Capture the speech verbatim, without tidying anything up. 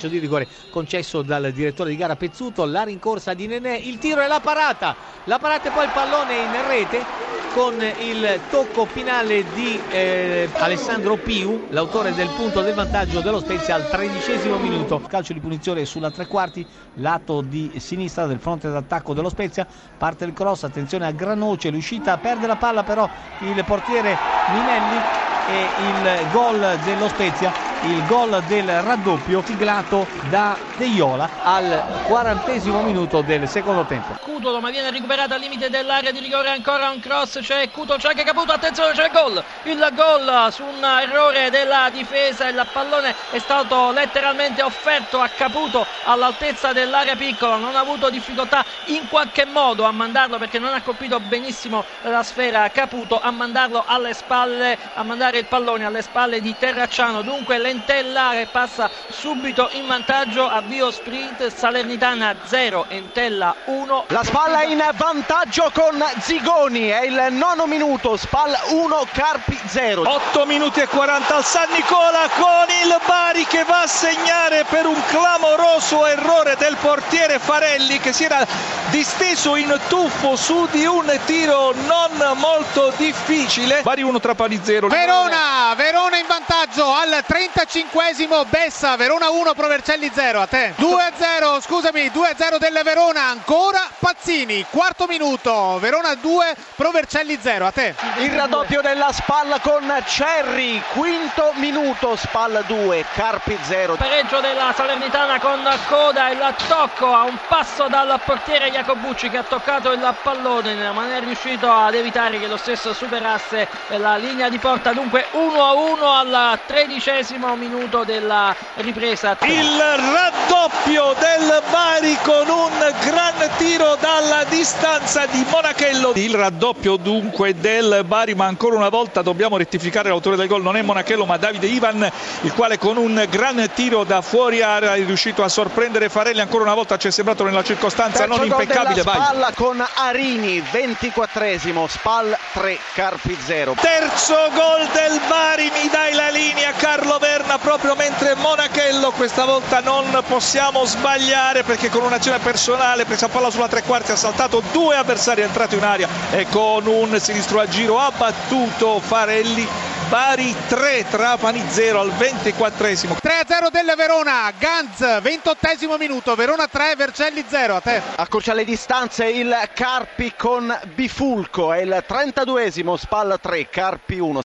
calcio di rigore concesso dal direttore di gara Pezzuto. La rincorsa di Nenè, il tiro e la parata, la parata e poi il pallone in rete con il tocco finale di eh, Alessandro Piu, l'autore del punto del vantaggio dello Spezia al tredicesimo minuto. Calcio di punizione sulla tre quarti, lato di sinistra del fronte d'attacco dello Spezia. Parte il cross, attenzione a Granoce, l'uscita, perde la palla però il portiere Minelli e il gol dello Spezia, il gol del raddoppio siglato da De Iola al quarantesimo minuto del secondo tempo. Cutolo, ma viene recuperato al limite dell'area di rigore, ancora un cross, c'è Cutolo, c'è anche Caputo, attenzione, c'è il gol, il gol su un errore della difesa, il pallone è stato letteralmente offerto a Caputo all'altezza dell'area piccola, non ha avuto difficoltà in qualche modo a mandarlo perché non ha colpito benissimo la sfera Caputo, a mandarlo alle spalle, a mandare il pallone alle spalle di Terracciano. Dunque l'Entella che passa subito in vantaggio, avvio sprint, Salernitana zero, Entella uno. La Spal è in vantaggio con Zigoni, è il nono minuto, Spal uno, Carpi zero. otto minuti e quaranta al San Nicola con il Bari che va a segnare per un clamoroso errore del portiere Farelli che si era disteso in tuffo su di un tiro non molto difficile. Bari uno, Trapani zero. Verona, Verona in vantaggio al trentacinquesimo, Bessa, Verona uno, Provercelli zero, a te. due a zero, scusami, due a zero del Verona, ancora Pazzini, quarto minuto, Verona due, Provercelli zero, a te. Il raddoppio della Spal con Cerri, quinto minuto, Spal due, Carpi zero. Pareggio della Salernitana con Coda, il tocco a un passo dal portiere Iacobucci che ha toccato il pallone ma non è riuscito ad evitare che lo stesso superasse la linea di porta. Dunque uno a uno al tredicesimo minuto della ripresa. Il raddoppio del Bari con un gran tiro dalla distanza di Monachello. Il raddoppio dunque del Bari, ma ancora una volta dobbiamo rettificare l'autore del gol, non è Monachello ma Davide Ivan, il quale con un gran tiro da fuori area è riuscito a sorprendere Farelli. Ancora una volta ci è sembrato nella circostanza Terzo non impeccabile. Spalla con Arini, ventiquattresimo, Spal tre, Carpi zero. Terzo gol del Bari, mi dai la linea Carlo Verna, proprio mentre Monachello, questa volta non possiamo sbagliare perché con un'azione personale presa palla sulla tre quarti ha saltato due avversari, è entrato in aria e con un sinistro a giro ha battuto Farelli. Bari tre, Trapani zero al ventiquattresimo. tre a zero del Verona, Ganz, ventottesimo minuto, Verona tre, Vercelli zero, a te. Accorcia le distanze il Carpi con Bifulco, è il trentaduesimo, Spal tre, Carpi uno.